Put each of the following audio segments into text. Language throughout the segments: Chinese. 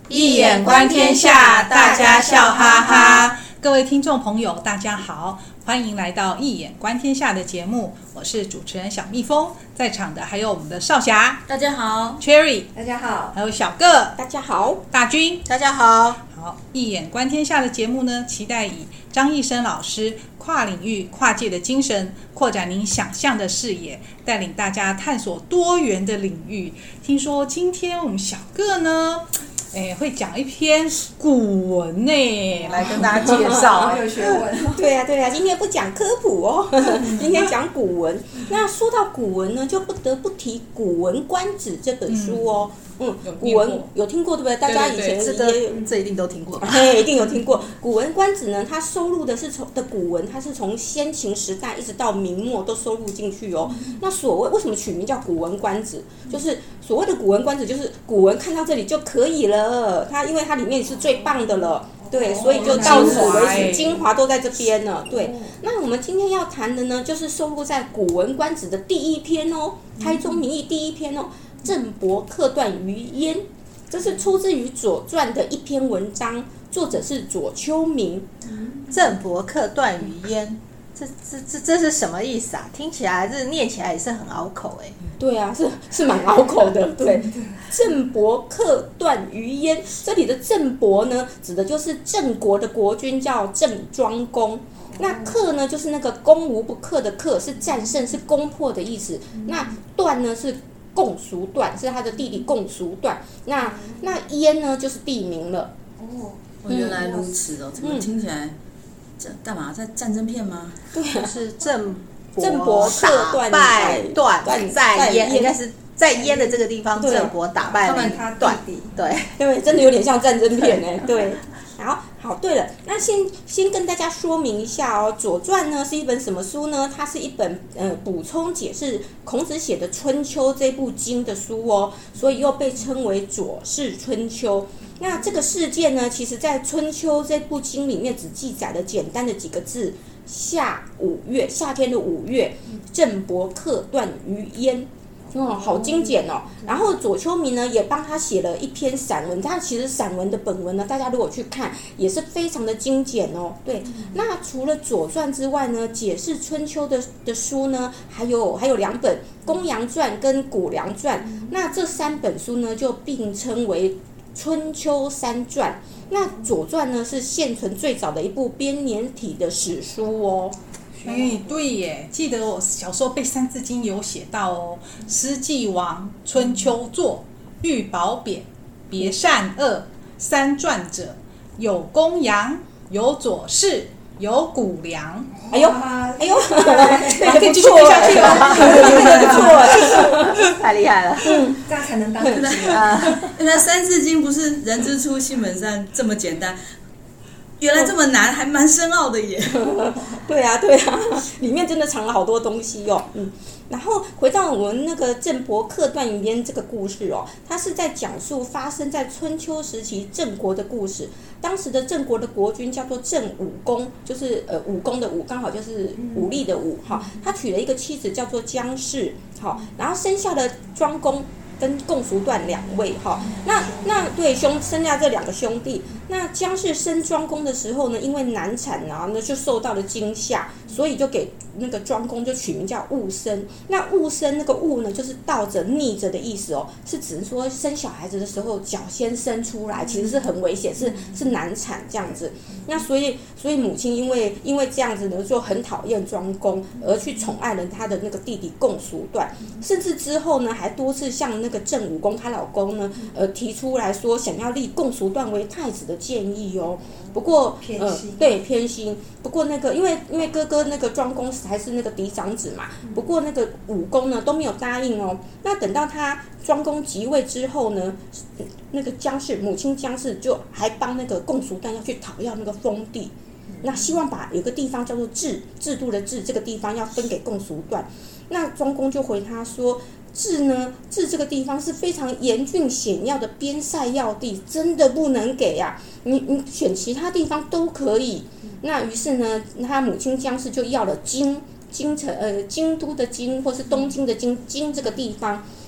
一眼观天下，大家笑哈哈。 各位听众朋友，大家好，欢迎来到一眼观天下的节目，我是主持人小蜜蜂，在场的还有我们的少侠， 大家好 Cherry， 大家好， 还有小个， 大家好， 大军， 大家好。 好，一眼观天下的节目呢，期待以张义生老师跨领域、跨界的精神，扩展您想象的视野，带领大家探索多元的领域。听说今天我们小个呢，会讲一篇古文呢，来跟大家介绍。 好有学问。 对呀，今天不讲科普哦，今天讲古文。那说到古文呢，就不得不提《古文观止》这本书哦。古文有听过对不对？大家以前这一定都听过吧？ 一定有听过。《古文观止》呢，它收录的古文，它是从先秦时代一直到明末都收录进去哦。那为什么取名叫《古文观止》？就是所谓的《古文观止》，就是古文看到这里就可以了。因为它里面是最棒的了。对，所以就到此为止，精华都在这边了。对，那我们今天要谈的呢，就是收录在《古文观止》的第一篇哦，开宗明义第一篇哦，郑伯克段于鄢，这是出自于《左传》的一篇文章，作者是左丘明。 郑伯克段于鄢，这是什么意思啊？听起来念起来也是很拗口哎。 对啊，是蛮拗口的。对，郑伯克段于鄢，这里的郑伯呢，指的就是郑国的国君，叫郑庄公。那克呢，就是那个攻无不克的克，是战胜、是攻破的意思。那段呢，是共叔段，是他的弟弟共叔段。那鄢呢，就是地名了。 原来如此哦，怎么听起来这干嘛？在战争片吗？ 对啊， 是郑伯克打败段在鄢，应该是在鄢的这个地方，郑伯打败了段。对， 真的有点像战争片哎。对，好，对了，那先跟大家说明一下哦，《左传》呢是一本什么书呢？它是一本补充解释孔子写的《春秋》这部经的书哦，所以又被称为《左氏春秋》。那这个事件呢，其实在《春秋》这部经里面只记载了简单的几个字：夏天的5月，郑伯克段于鄢。好精简哦。然后左丘明呢也帮他写了一篇散文，他其实散文的本文呢，大家如果去看也是非常的精简哦。对，那除了《左传》之外呢，解释《春秋》的书呢，还有2本，《公羊传》跟《谷梁传》。那这3本书呢，就并称为春秋三传。那《左传》呢是现存最早的一部编年体的史书哦。 对耶，记得我小时候背《三字经》有写到哦，诗既亡，春秋作，欲褒贬，别善恶，三传者，有公羊，有左氏，有谷梁。 哎呦， 可以继续背下去哦，不错， 太厉害了。 这样才能当主持人。原来《三字经》不是人之初性本善这么简单。原来这么难，还蛮深奥的耶。 对啊，里面真的藏了好多东西哦。然后回到我们那个郑伯克段于鄢这个故事哦，它是在讲述发生在春秋时期郑国的故事。当时的郑国的国君叫做郑武公，就是武功的武，刚好就是武力的武哈。他娶了一个妻子叫做姜氏，好，然后生下了庄公跟共叔段2位哈。那对生下这2个兄弟。那姜氏生庄公的时候呢，因为难产啊，那就受到了惊吓，所以就给那个庄公就取名叫戊生。那戊生那个戊呢，就是倒着逆着的意思哦，是指说生小孩子的时候脚先生出来，其实是很危险，是难产这样子。那所以母亲因为这样子呢，就很讨厌庄公，而去宠爱了他的那个弟弟共叔段，甚至之后呢，还多次向那个郑武公她老公呢，提出来说想要立共叔段为太子的建议哦。不过偏心。不过那个因为哥哥那个庄公还是那个嫡长子嘛，不过那个武公呢都没有答应哦。那等到他庄公即位之后呢，那个母亲姜氏就还帮那个共叔段要去讨要那个封地，那希望把有个地方叫做制度的制，这个地方要分给共叔段。那庄公就回他说，治这个地方是非常严峻险要的边塞要地，真的不能给啊，你选其他地方都可以。那于是呢，他母亲姜氏就要了京都的京，或是东京的京这个地方。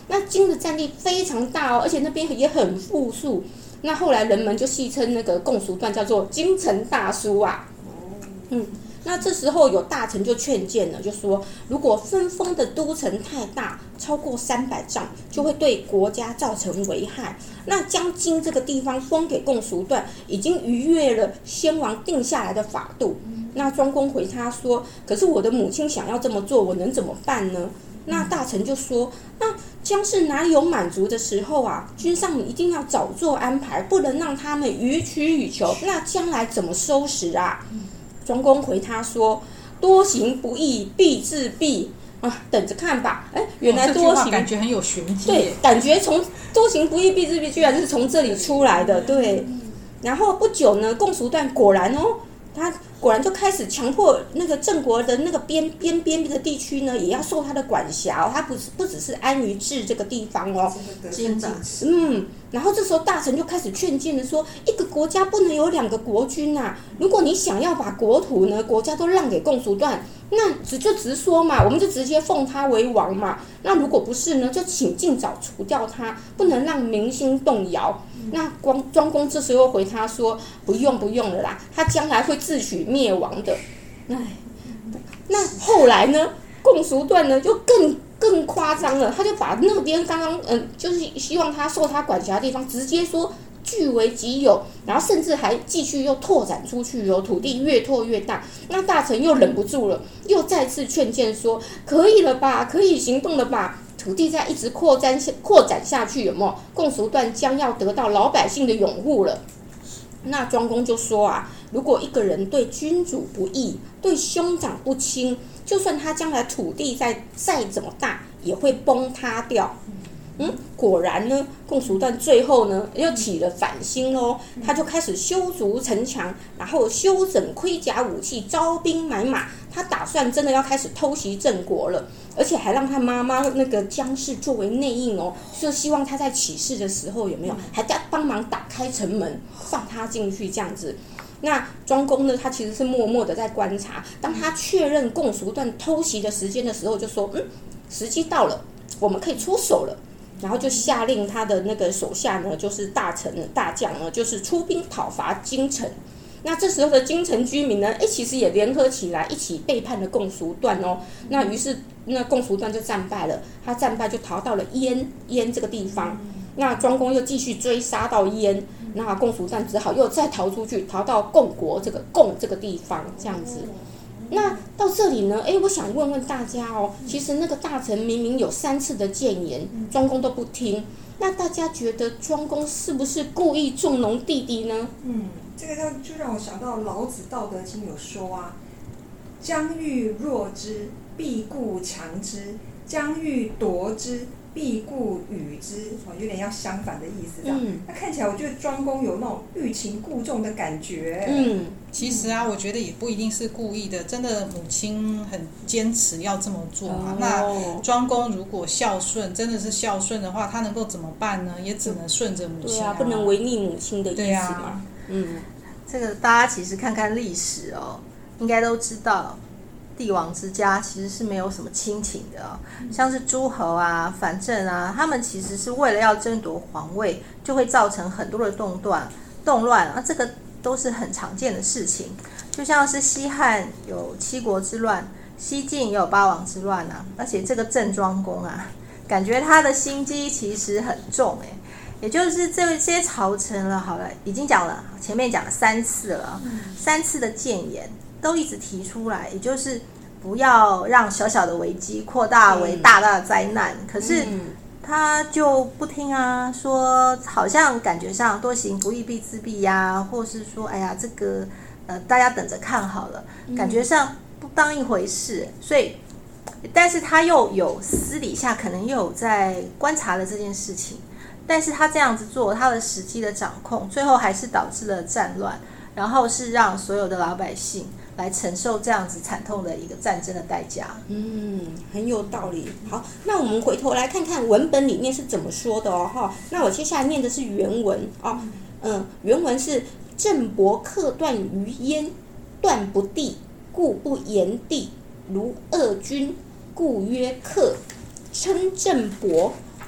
那京的占地非常大哦，而且那边也很富庶。那后来人们就戏称那个共叔段叫做京城大叔啊。那这时候有大臣就劝谏了，就说如果分封的都城太大，超过300丈，就会对国家造成危害。那将京这个地方封给共叔段，已经逾越了先王定下来的法度。那庄公回他说，可是我的母亲想要这么做，我能怎么办呢？那大臣就说，那将士哪里有满足的时候啊？君上一定要早做安排，不能让他们予取予求，那将来怎么收拾啊？庄公回他说，多行不义必自毙啊，等着看吧。原来多行， 感觉很有玄机。 对，感觉从多行不义必自毙居然是从这里出来的。对，然后不久呢，共叔段果然他果然就开始强迫那个郑国的那个边的地区呢，也要受他的管辖他不只是安于治这个地方京的。 然后这时候大臣就开始劝谏的说，一个国家不能有2个国君啊！如果你想要把国土呢、国家都让给共叔段，那就直说嘛，我们就直接奉他为王嘛。那如果不是呢，就请尽早除掉他，不能让民心动摇。那庄公这时候回他说，不用了啦，他将来会自取灭亡的。那后来呢，共叔段呢就更夸张了，他就把那边刚刚就是希望他受他管辖的地方直接说据为己有，然后甚至还继续又拓展出去土地越拓越大。那大臣又忍不住了，又再次劝谏说，可以了吧，可以行动了吧，土地再一直扩展下去，有没有？共叔段将要得到老百姓的拥护了。那庄公就说啊，如果一个人对君主不义，对兄长不亲，就算他将来土地再怎么大，也会崩塌掉。果然呢，共叔段最后呢又起了反心咯，他就开始修筑城墙，然后修整盔甲武器，招兵买马，他打算真的要开始偷袭郑国了，而且还让他妈妈那个姜氏作为内应就希望他在起事的时候有没有还在帮忙打开城门，放他进去这样子。那庄公呢，他其实是默默的在观察，当他确认共叔段偷袭的时间的时候，就说时机到了，我们可以出手了。然后就下令他的那个手下呢，就是大臣大将呢，就是出兵讨伐京城。那这时候的京城居民呢，其实也联合起来，一起背叛了共叔段那于是那共叔段就战败了，他战败就逃到了燕这个地方。那庄公又继续追杀到燕，那共叔段只好又再逃出去，逃到共国这个地方这样子。那到这里呢，我想问问大家其实那个大臣明明有3次的谏言，庄公都不听。那大家觉得庄公是不是故意纵容弟弟呢？ 这个就让我想到老子《道德经》有说啊，将欲弱之，必固强之；将欲夺之，必固与之。有点要相反的意思这样。那看起来我觉得庄公有那种欲擒故纵的感觉。 其实我觉得也不一定是故意的，真的母亲很坚持要这么做嘛。那庄公如果孝顺，真的是孝顺的话，他能够怎么办呢？也只能顺着母亲不能违逆母亲的意思嘛。 这个大家其实看看历史应该都知道，帝王之家其实是没有什么亲情的像是诸侯啊、反正啊，他们其实是为了要争夺皇位，就会造成很多的动乱这个都是很常见的事情。就像是西汉有七国之乱，西晋也有八王之乱而且这个郑庄公感觉他的心机其实很重也就是这些朝臣了，好了，已经讲了，前面讲了3次了，3次的谏言都一直提出来，也就是不要让小小的危机扩大为大大的灾难。可是他就不听说好像感觉上多行不义必自毙呀，或是说这个大家等着看好了，感觉上不当一回事。所以但是他又有私底下可能又有在观察了这件事情，但是他这样子做，他的时机的掌控，最后还是导致了战乱，然后是让所有的老百姓来承受这样子惨痛的一个战争的代价。 很有道理。好，那我们回头来看看文本里面是怎么说的那我接下来念的是原文原文是郑伯克段于鄢，段不弟，故不言弟，如二君，故曰克。称郑伯，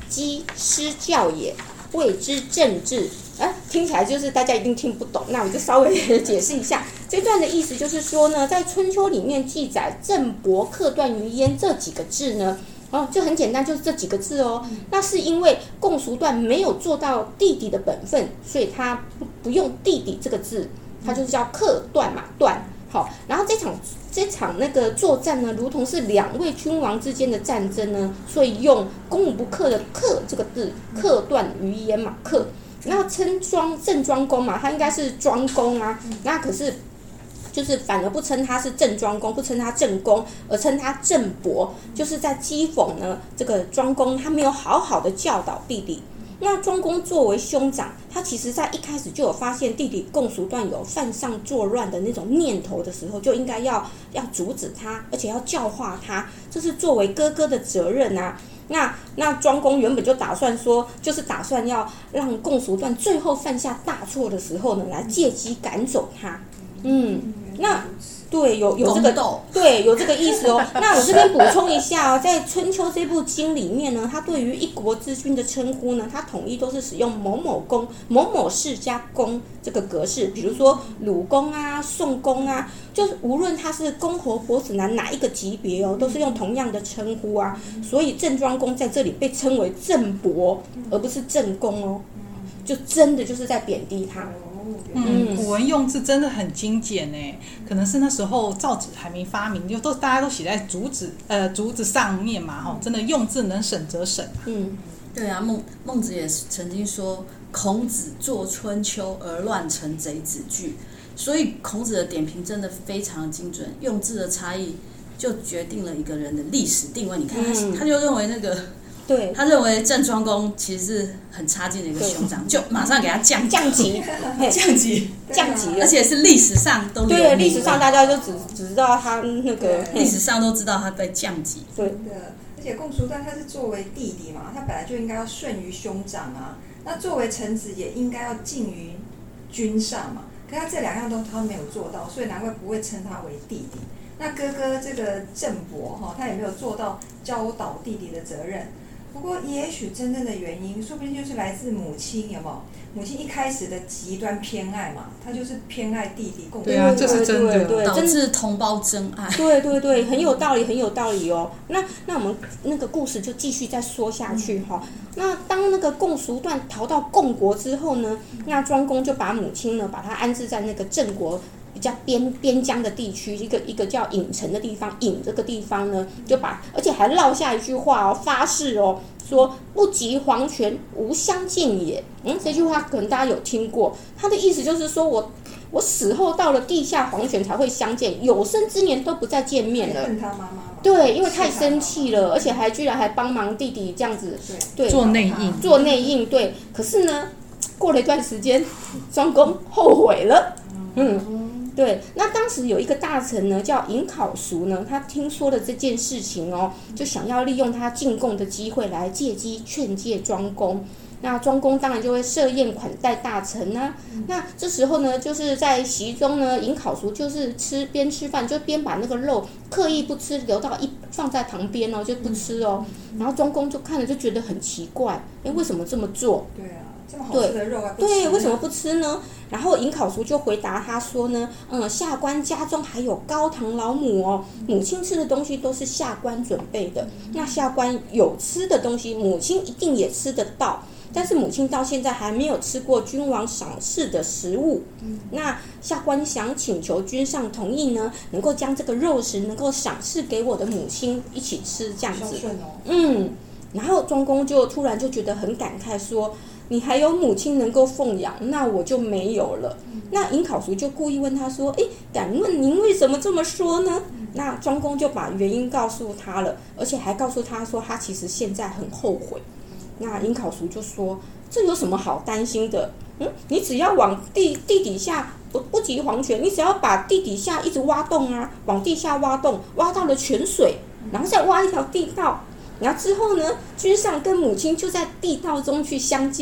鸡师教也，谓之正治。听起来就是大家一定听不懂，那我就稍微解释一下。这段的意思就是说呢，在春秋里面记载郑伯克段于鄢这几个字呢，就很简单，就是这几个字哦。那是因为共叔段没有做到弟弟的本分，所以他不用弟弟这个字，他就是叫克段嘛，段。好，然后这场那个作战呢，如同是两位君王之间的战争呢，所以用攻无不克的克这个字，克段于鄢嘛，克。那称郑庄公嘛，他应该是庄公啊，那可是就是反而不称他是郑庄公，不称他郑公，而称他郑伯，就是在讥讽呢这个庄公他没有好好的教导弟弟。那庄公作为兄长，他其实在一开始就有发现弟弟共叔段有犯上作乱的那种念头的时候，就应该要阻止他，而且要教化他，这是作为哥哥的责任啊。那庄公原本就打算说，就是打算要让共叔段最后犯下大错的时候呢，来借机赶走他。那对有这个对有这个意思哦。那我这边补充一下哦，在春秋这部经里面呢，他对于一国之君的称呼呢，他统一都是使用某某公、某某氏加公这个格式，比如说鲁公啊、宋公啊，就是无论他是公侯伯子男哪一个级别哦，都是用同样的称呼啊。所以郑庄公在这里被称为郑伯，而不是郑公哦，就真的就是在贬低他。 古文用字真的很精简呢，可能是那时候造纸还没发明，就大家都写在竹子上面嘛，真的用字能省则省。 对啊，孟子也曾经说，孔子作春秋而乱成贼子句，所以孔子的点评真的非常精准，用字的差异就决定了一个人的历史定位。你看他就认为那个。对，他认为郑庄公其实是很差劲的一个兄长，就马上给他降级，而且是历史上都对，历史上大家就只知道他那个， 历史上都知道他被降级。 对的，而且共叔段他是作为弟弟嘛，他本来就应该要顺于兄长啊，那作为臣子也应该要敬于君上嘛。可他这两样他没有做到，所以难怪不会称他为弟弟。那哥哥这个郑伯他也没有做到教导弟弟的责任。不过也许真正的原因说不定就是来自母亲，有没有？母亲一开始的极端偏爱嘛，她就是偏爱弟弟共。 对啊，这是真的， 导致同胞真爱。 对，很有道理哦。那我们那个故事就继续再说下去哈。那当那个共叔段逃到共国之后呢，那庄公就把母亲呢把她安置在那个郑国比较边疆的地区，一个叫郢城的地方，郢这个地方呢，而且还落下一句话哦，发誓哦，说不及黄泉，无相见也。这句话可能大家有听过，他的意思就是说我死后到了地下黄泉才会相见，有生之年都不再见面了。 恨他妈妈。 对，因为太生气了，而且居然还帮忙弟弟这样子，对， 做内应， 对。可是呢，过了一段时间，庄公后悔了，对，那当时有一个大臣呢，叫尹考叔呢，他听说了这件事情哦，就想要利用他进贡的机会来借机劝诫庄公。那庄公当然就会设宴款待大臣啊。那这时候呢，就是在席中呢，尹考叔就是边吃饭就边把那个肉刻意不吃，留到放在旁边哦，就不吃哦。然后庄公就看了就觉得很奇怪，为什么这么做？ 对啊。这么好吃的肉还不吃？ 对，为什么不吃呢？然后尹考叔就回答他说呢，下官家中还有高堂老母哦，母亲吃的东西都是下官准备的，那下官有吃的东西，母亲一定也吃得到。但是母亲到现在还没有吃过君王赏赐的食物，那下官想请求君上同意呢，能够将这个肉食能够赏赐给我的母亲一起吃，这样子。然后庄公就突然就觉得很感慨说，你还有母亲能够奉养，那我就没有了。那尹考叔就故意问他说，敢问您为什么这么说呢？那庄公就把原因告诉他了，而且还告诉他说他其实现在很后悔。那尹考叔就说，这有什么好担心的？你只要往地底下不及黄泉，你只要把地底下一直挖洞啊，往地下挖洞，挖到了泉水，然后再挖一条地道，然后之后呢，君上跟母亲就在地道中去相见。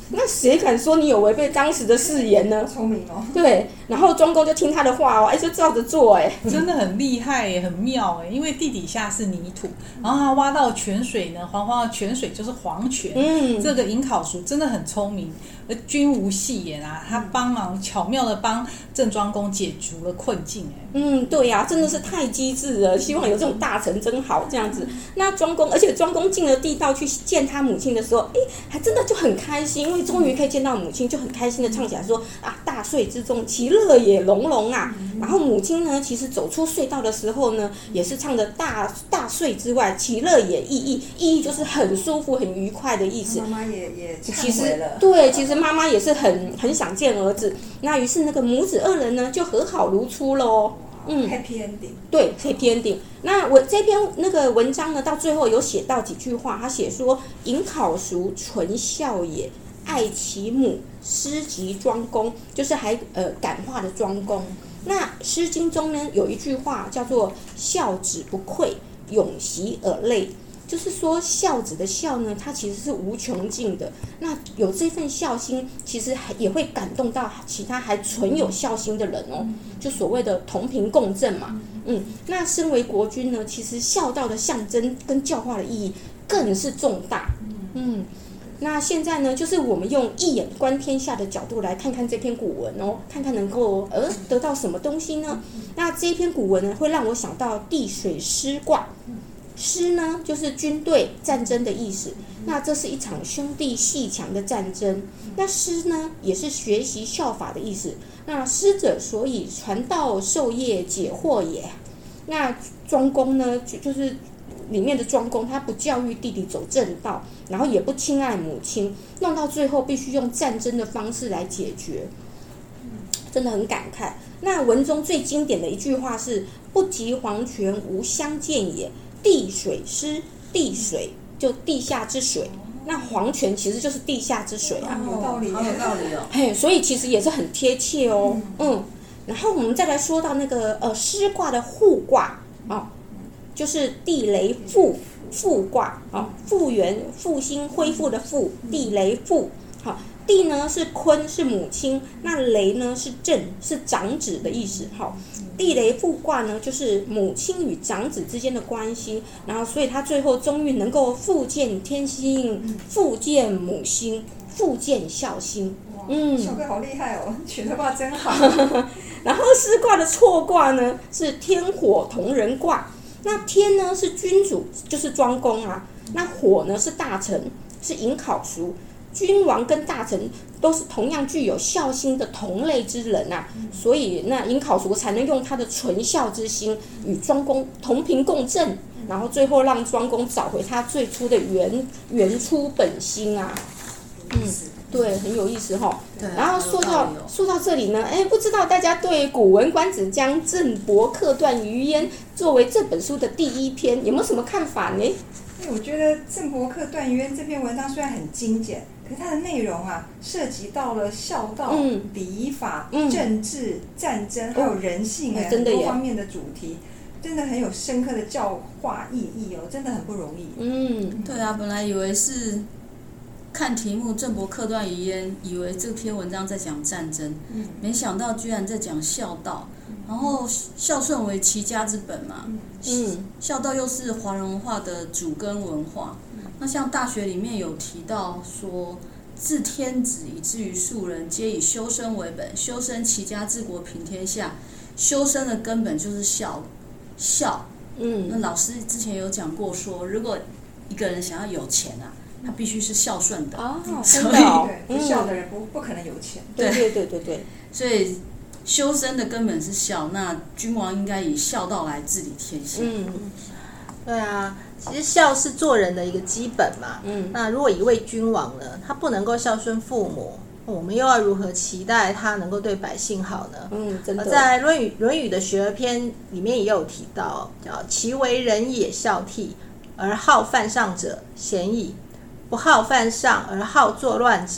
那谁敢说你有违背当时的誓言呢？ 聪明哦。 对，然后庄公就听他的话哦，就照着做真的很厉害耶，很妙耶，因为地底下是泥土，然后他挖到泉水呢，黄黄的泉水就是黄泉。这个尹考叔真的很聪明，而君无戏言啊，他帮忙巧妙的帮郑庄公解除了困境。 对呀，真的是太机智了，希望有这种大臣真好这样子。那庄公，而且庄公进了地道去见他母亲的时候，还真的就很开心，因为终于可以见到母亲，就很开心的唱起来说啊，大隧之中，其乐也融融啊。然后母亲呢，其实走出隧道的时候呢，也是唱的大隧之外，其乐也意义就是很舒服、很愉快的意思。 妈妈也其实忏悔了。 对，其实妈妈也是很想见儿子。那于是那个母子二人呢，就和好如初了哦。 Happy ending。 对 ，Happy ending。那我这篇那个文章呢，到最后有写到几句话，他写说：“尹考叔纯孝也，爱其母，诗及庄公，就是还感化的庄公。那《诗经》中呢有一句话叫做“孝子不愧，永习而累”。就是说孝子的孝呢，它其实是无穷尽的。那有这份孝心，其实也会感动到其他还存有孝心的人哦。就所谓的同频共振嘛。那身为国君呢，其实孝道的象征跟教化的意义更是重大。那现在呢，就是我们用一眼观天下的角度来看看这篇古文哦，看看能够得到什么东西呢？那这篇古文呢，会让我想到地水师卦。师呢，就是军队战争的意思。那这是一场兄弟阋墙的战争。那师呢，也是学习效法的意思。那师者，所以传道授业解惑也。那庄公呢，就是里面的庄公，他不教育弟弟走正道，然后也不亲爱母亲，弄到最后必须用战争的方式来解决。真的很感慨。那文中最经典的一句话是：“不及黄泉无相见也。”地水师，地水就地下之水，那黄泉其实就是地下之水啊， 有道理， 好有道理哦。 所以其实也是很贴切哦。然后我们再来说到那个师卦的复卦就是地雷复卦复原复兴恢复的复，地雷复。地呢是坤，是母亲，那雷呢是震，是长子的意思。地雷复卦呢，就是母亲与长子之间的关系，然后所以他最后终于能够复见天心，复见母心，复见孝心。 小哥好厉害哦，选的卦真好。 然后师卦的错卦呢是天火同人卦，那天呢是君主，就是庄公啊，那火呢是大臣，是尹考叔。君王跟大臣都是同样具有孝心的同类之人啊，所以那尹考叔才能用他的纯孝之心与庄公同频共振，然后最后让庄公找回他最初的原初本心啊。对，很有意思哈。然后说到这里呢，不知道大家对《古文观止》将郑伯克段于鄢作为这本书的第一篇有没有什么看法呢？ 我觉得郑伯克段于鄢这篇文章虽然很精简，可是它的内容涉及到了孝道、礼法、政治、战争，还有人性很多方面的主题，真的很有深刻的教化意义哦，真的很不容易。 对啊，本来以为是看题目郑伯克段于鄢，以为这篇文章在讲战争，没想到居然在讲孝道。然后孝顺为齐家之本嘛，孝道又是华人文化的主根文化。那像大学里面有提到说，自天子以至于庶人，皆以修身为本，修身齐家治国平天下。修身的根本就是孝。那老师之前有讲过说，如果一个人想要有钱他必须是孝顺的。 真的哦， 不孝的人不可能有钱。 对， 所以修身的根本是孝，那君王应该以孝道来治理天下。 对啊，其实孝是做人的一个基本嘛。那如果一位君王呢，他不能够孝顺父母，我们又要如何期待他能够对百姓好呢？ 真的。 在论语的学而篇里面也有提到，叫其为人也孝悌，而好犯上者，贤矣；不好犯上而好作乱者，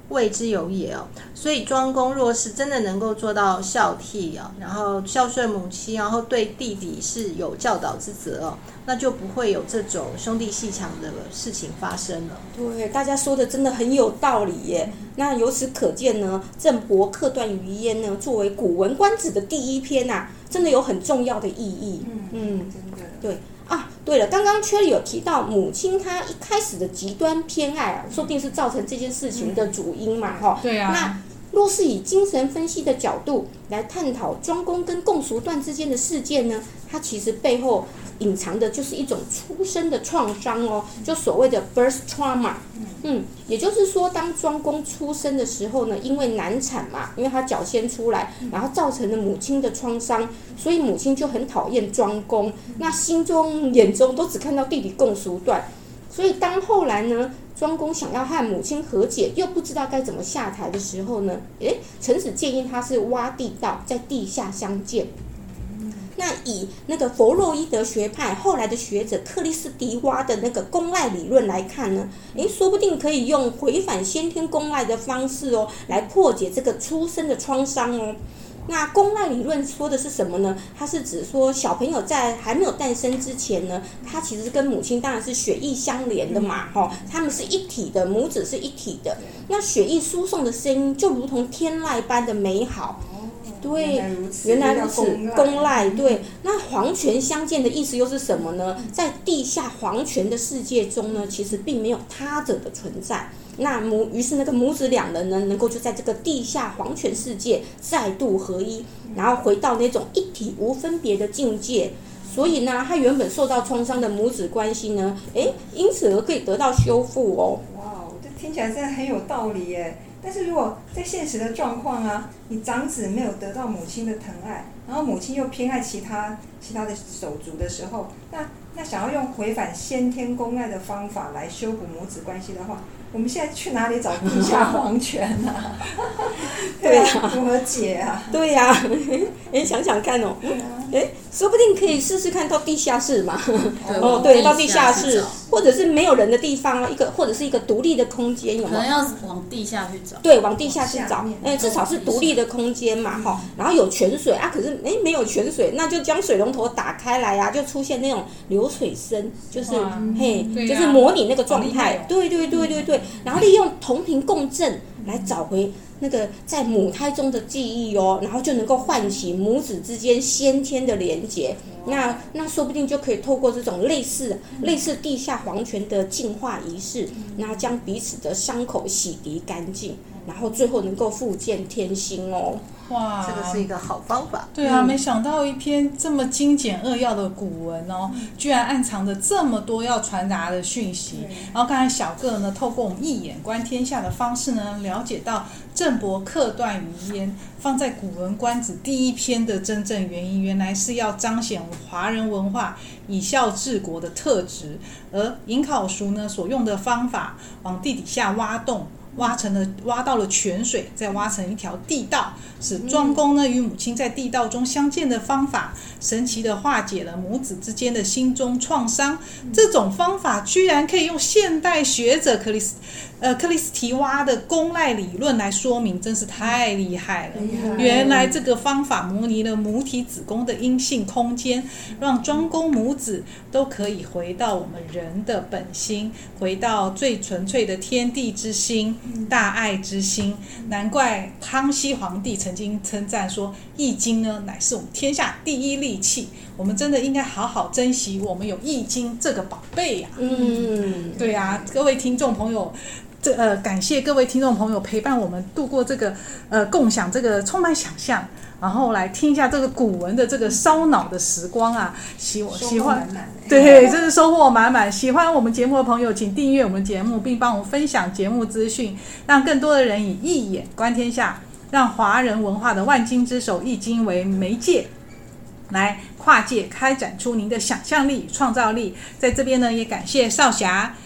谓之有也哦。所以庄公若是真的能够做到孝悌啊，然后孝顺母亲，然后对弟弟是有教导之责哦，那就不会有这种兄弟阋墙的事情发生了。 对，大家说的真的很有道理耶。那由此可见呢，郑伯克段于鄢呢，作为《古文观止》的第一篇啊，真的有很重要的意义。 真的。 对啊，对了，刚刚 Cherry 有提到母亲她一开始的极端偏爱啊，说不定是造成这件事情的主因嘛，哈。 对啊。 那若是以精神分析的角度来探讨庄公跟共叔段之间的事件呢，它其实背后隐藏的就是一种出生的创伤哦，就所谓的 birth trauma。也就是说，当庄公出生的时候呢，因为难产嘛，因为他脚先出来，然后造成了母亲的创伤，所以母亲就很讨厌庄公，那心中眼中都只看到弟弟共叔段。所以当后来呢，庄公想要和母亲和解，又不知道该怎么下台的时候呢，臣子建议他是挖地道，在地下相见。那以那个弗洛伊德学派后来的学者克里斯蒂挖的那个公赖理论来看呢，说不定可以用回返先天公赖的方式哦，来破解这个出生的创伤哦。那公赖理论说的是什么呢？它是指说小朋友在还没有诞生之前呢，他其实跟母亲当然是血液相连的嘛，他们是一体的，母子是一体的。那血液输送的声音就如同天籁般的美好。对，原来如此，公赖。对，那黄泉相见的意思又是什么呢？在地下黄泉的世界中呢，其实并没有他者的存在。那于是那个母子两人呢，能够就在这个地下黄泉世界再度合一，然后回到那种一体无分别的境界。所以呢，他原本受到创伤的母子关系呢，因此而可以得到修复哦。 哇，这听起来真的很有道理耶。但是如果在现实的状况啊，你长子没有得到母亲的疼爱，然后母亲又偏爱其他的手足的时候，那想要用回返先天公爱的方法来修补母子关系的话，我们现在去哪里找地下黄泉啊？ 对啊， 如何解啊？ 对呀，想想看哦，说不定可以试试看到地下室嘛。对，到地下室，或者是没有人的地方，或者是一个独立的空间，有没有？ 可能要往地下去找。 对，往地下室找，至少是独立的空间嘛，然后有泉水啊，可是没有泉水，那就将水龙头打开来啊，就出现那种流水声，就是就是模拟那个状态。对，然后利用同频共振来找回那个在母胎中的记忆哦，然后就能够唤起母子之间先天的连结。那说不定就可以透过这种类似地下黄泉的净化仪式，然后将彼此的伤口洗涤干净，然后最后能够复见天心哦。 哇， 这个是一个好方法。 对啊，没想到一篇这么精简扼要的古文哦，居然暗藏着这么多要传达的讯息。然后刚才小个呢，透过我们一眼观天下的方式呢，了解到郑伯克段于鄢放在《古文观止》第一篇的真正原因，原来是要彰显华人文化以孝治国的特质。而颍考叔呢所用的方法，往地底下挖洞。挖到了泉水，再挖成一条地道，使庄公呢与母亲在地道中相见的方法，神奇的化解了母子之间的心中创伤。这种方法居然可以用现代学者克里斯提挖的公赖理论来说明，真是太厉害了。原来这个方法模拟了母体子宫的阴性空间，让庄公母子都可以回到我们人的本心，回到最纯粹的天地之心，大爱之心。难怪康熙皇帝曾经称赞说，易经呢乃是我们天下第一利器，我们真的应该好好珍惜我们有易经这个宝贝呀。对啊，各位听众朋友，感谢各位听众朋友陪伴我们度过这个共享这个充满想象，然后来听一下这个古文的这个烧脑的时光啊！喜欢，对，真是收获满满。喜欢我们节目的朋友，请订阅我们节目，并帮我们分享节目资讯，让更多的人以一眼观天下，让华人文化的万经之首《易经》为媒介，来跨界开展出您的想象力、创造力。在这边呢，也感谢少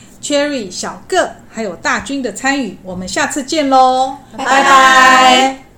侠、Cherry、小个还有大军的参与，我们下次见喽，拜拜。